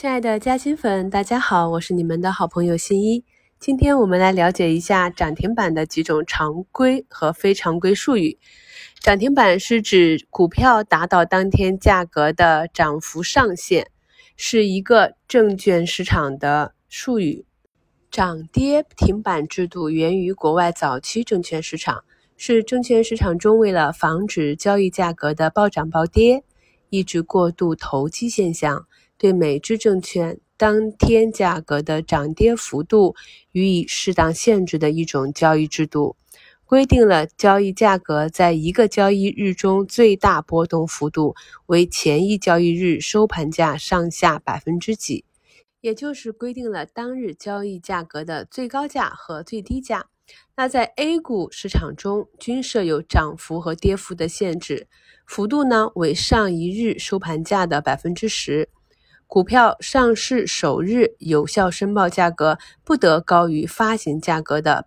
亲爱的嘉兴粉，大家好，我是你们的好朋友新一。今天我们来了解一下涨停板的几种常规和非常规术语。涨停板是指股票达到当天价格的涨幅上限，是一个证券市场的术语。涨跌停板制度源于国外早期证券市场，是证券市场中为了防止交易价格的暴涨暴跌，抑制过度投机现象，对每只证券当天价格的涨跌幅度予以适当限制的一种交易制度，规定了交易价格在一个交易日中最大波动幅度为前一交易日收盘价上下几%，也就是规定了当日交易价格的最高价和最低价。那在 A 股市场中均设有涨幅和跌幅的限制，幅度呢为上一日收盘价的 10%。股票上市首日有效申报价格不得高于发行价格的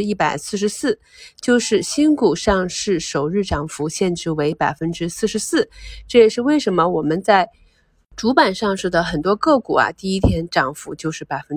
144%， 就是新股上市首日涨幅限制为 44%。 这也是为什么我们在主板上市的很多个股第一天涨幅就是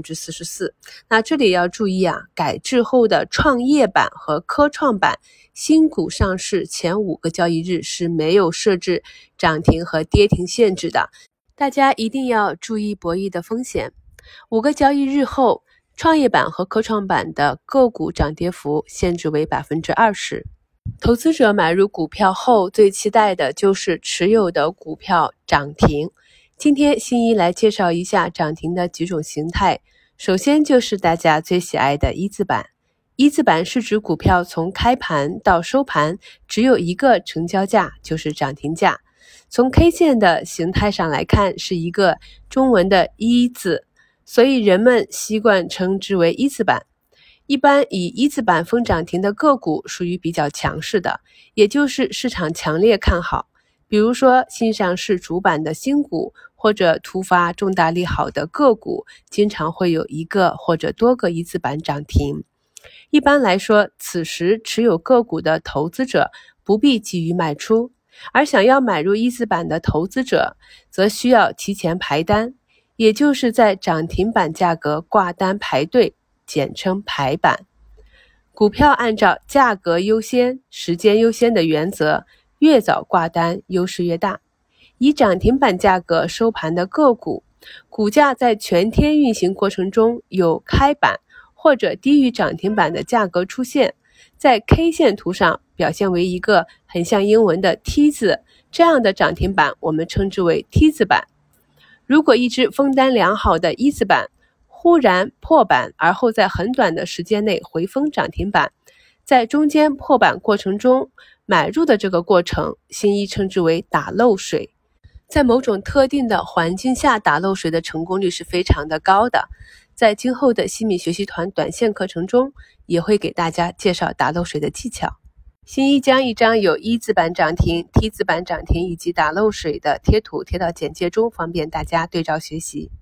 44%。 那这里要注意改制后的创业板和科创板新股上市前5个交易日是没有设置涨停和跌停限制的，大家一定要注意博弈的风险。5个交易日后，创业板和科创板的个股涨跌幅限制为 20%。 投资者买入股票后最期待的就是持有的股票涨停。今天新一来介绍一下涨停的几种形态。首先就是大家最喜爱的一字板。一字板是指股票从开盘到收盘只有一个成交价，就是涨停价。从 K 线的形态上来看，是一个中文的一字，所以人们习惯称之为一字板。一般以一字板封涨停的个股属于比较强势的，也就是市场强烈看好，比如说新上市主板的新股或者突发重大利好的个股，经常会有一个或者多个一字板涨停。一般来说，此时持有个股的投资者不必急于卖出，而想要买入一字板的投资者则需要提前排单，也就是在涨停板价格挂单排队，简称排板。股票按照价格优先、时间优先的原则，越早挂单优势越大。以涨停板价格收盘的个股，股价在全天运行过程中有开板或者低于涨停板的价格出现，在 K 线图上表现为一个很像英文的 T 字，这样的涨停板我们称之为 T 字板。如果一只封单良好的一字板忽然破板，而后在很短的时间内回封涨停板，在中间破板过程中买入的这个过程，新一称之为打漏水。在某种特定的环境下打漏水的成功率是非常的高的，在今后的西米学习团短线课程中也会给大家介绍打漏水的技巧。新一将一张有一字板涨停、T 字板涨停以及打漏水的贴图贴到简介中，方便大家对照学习。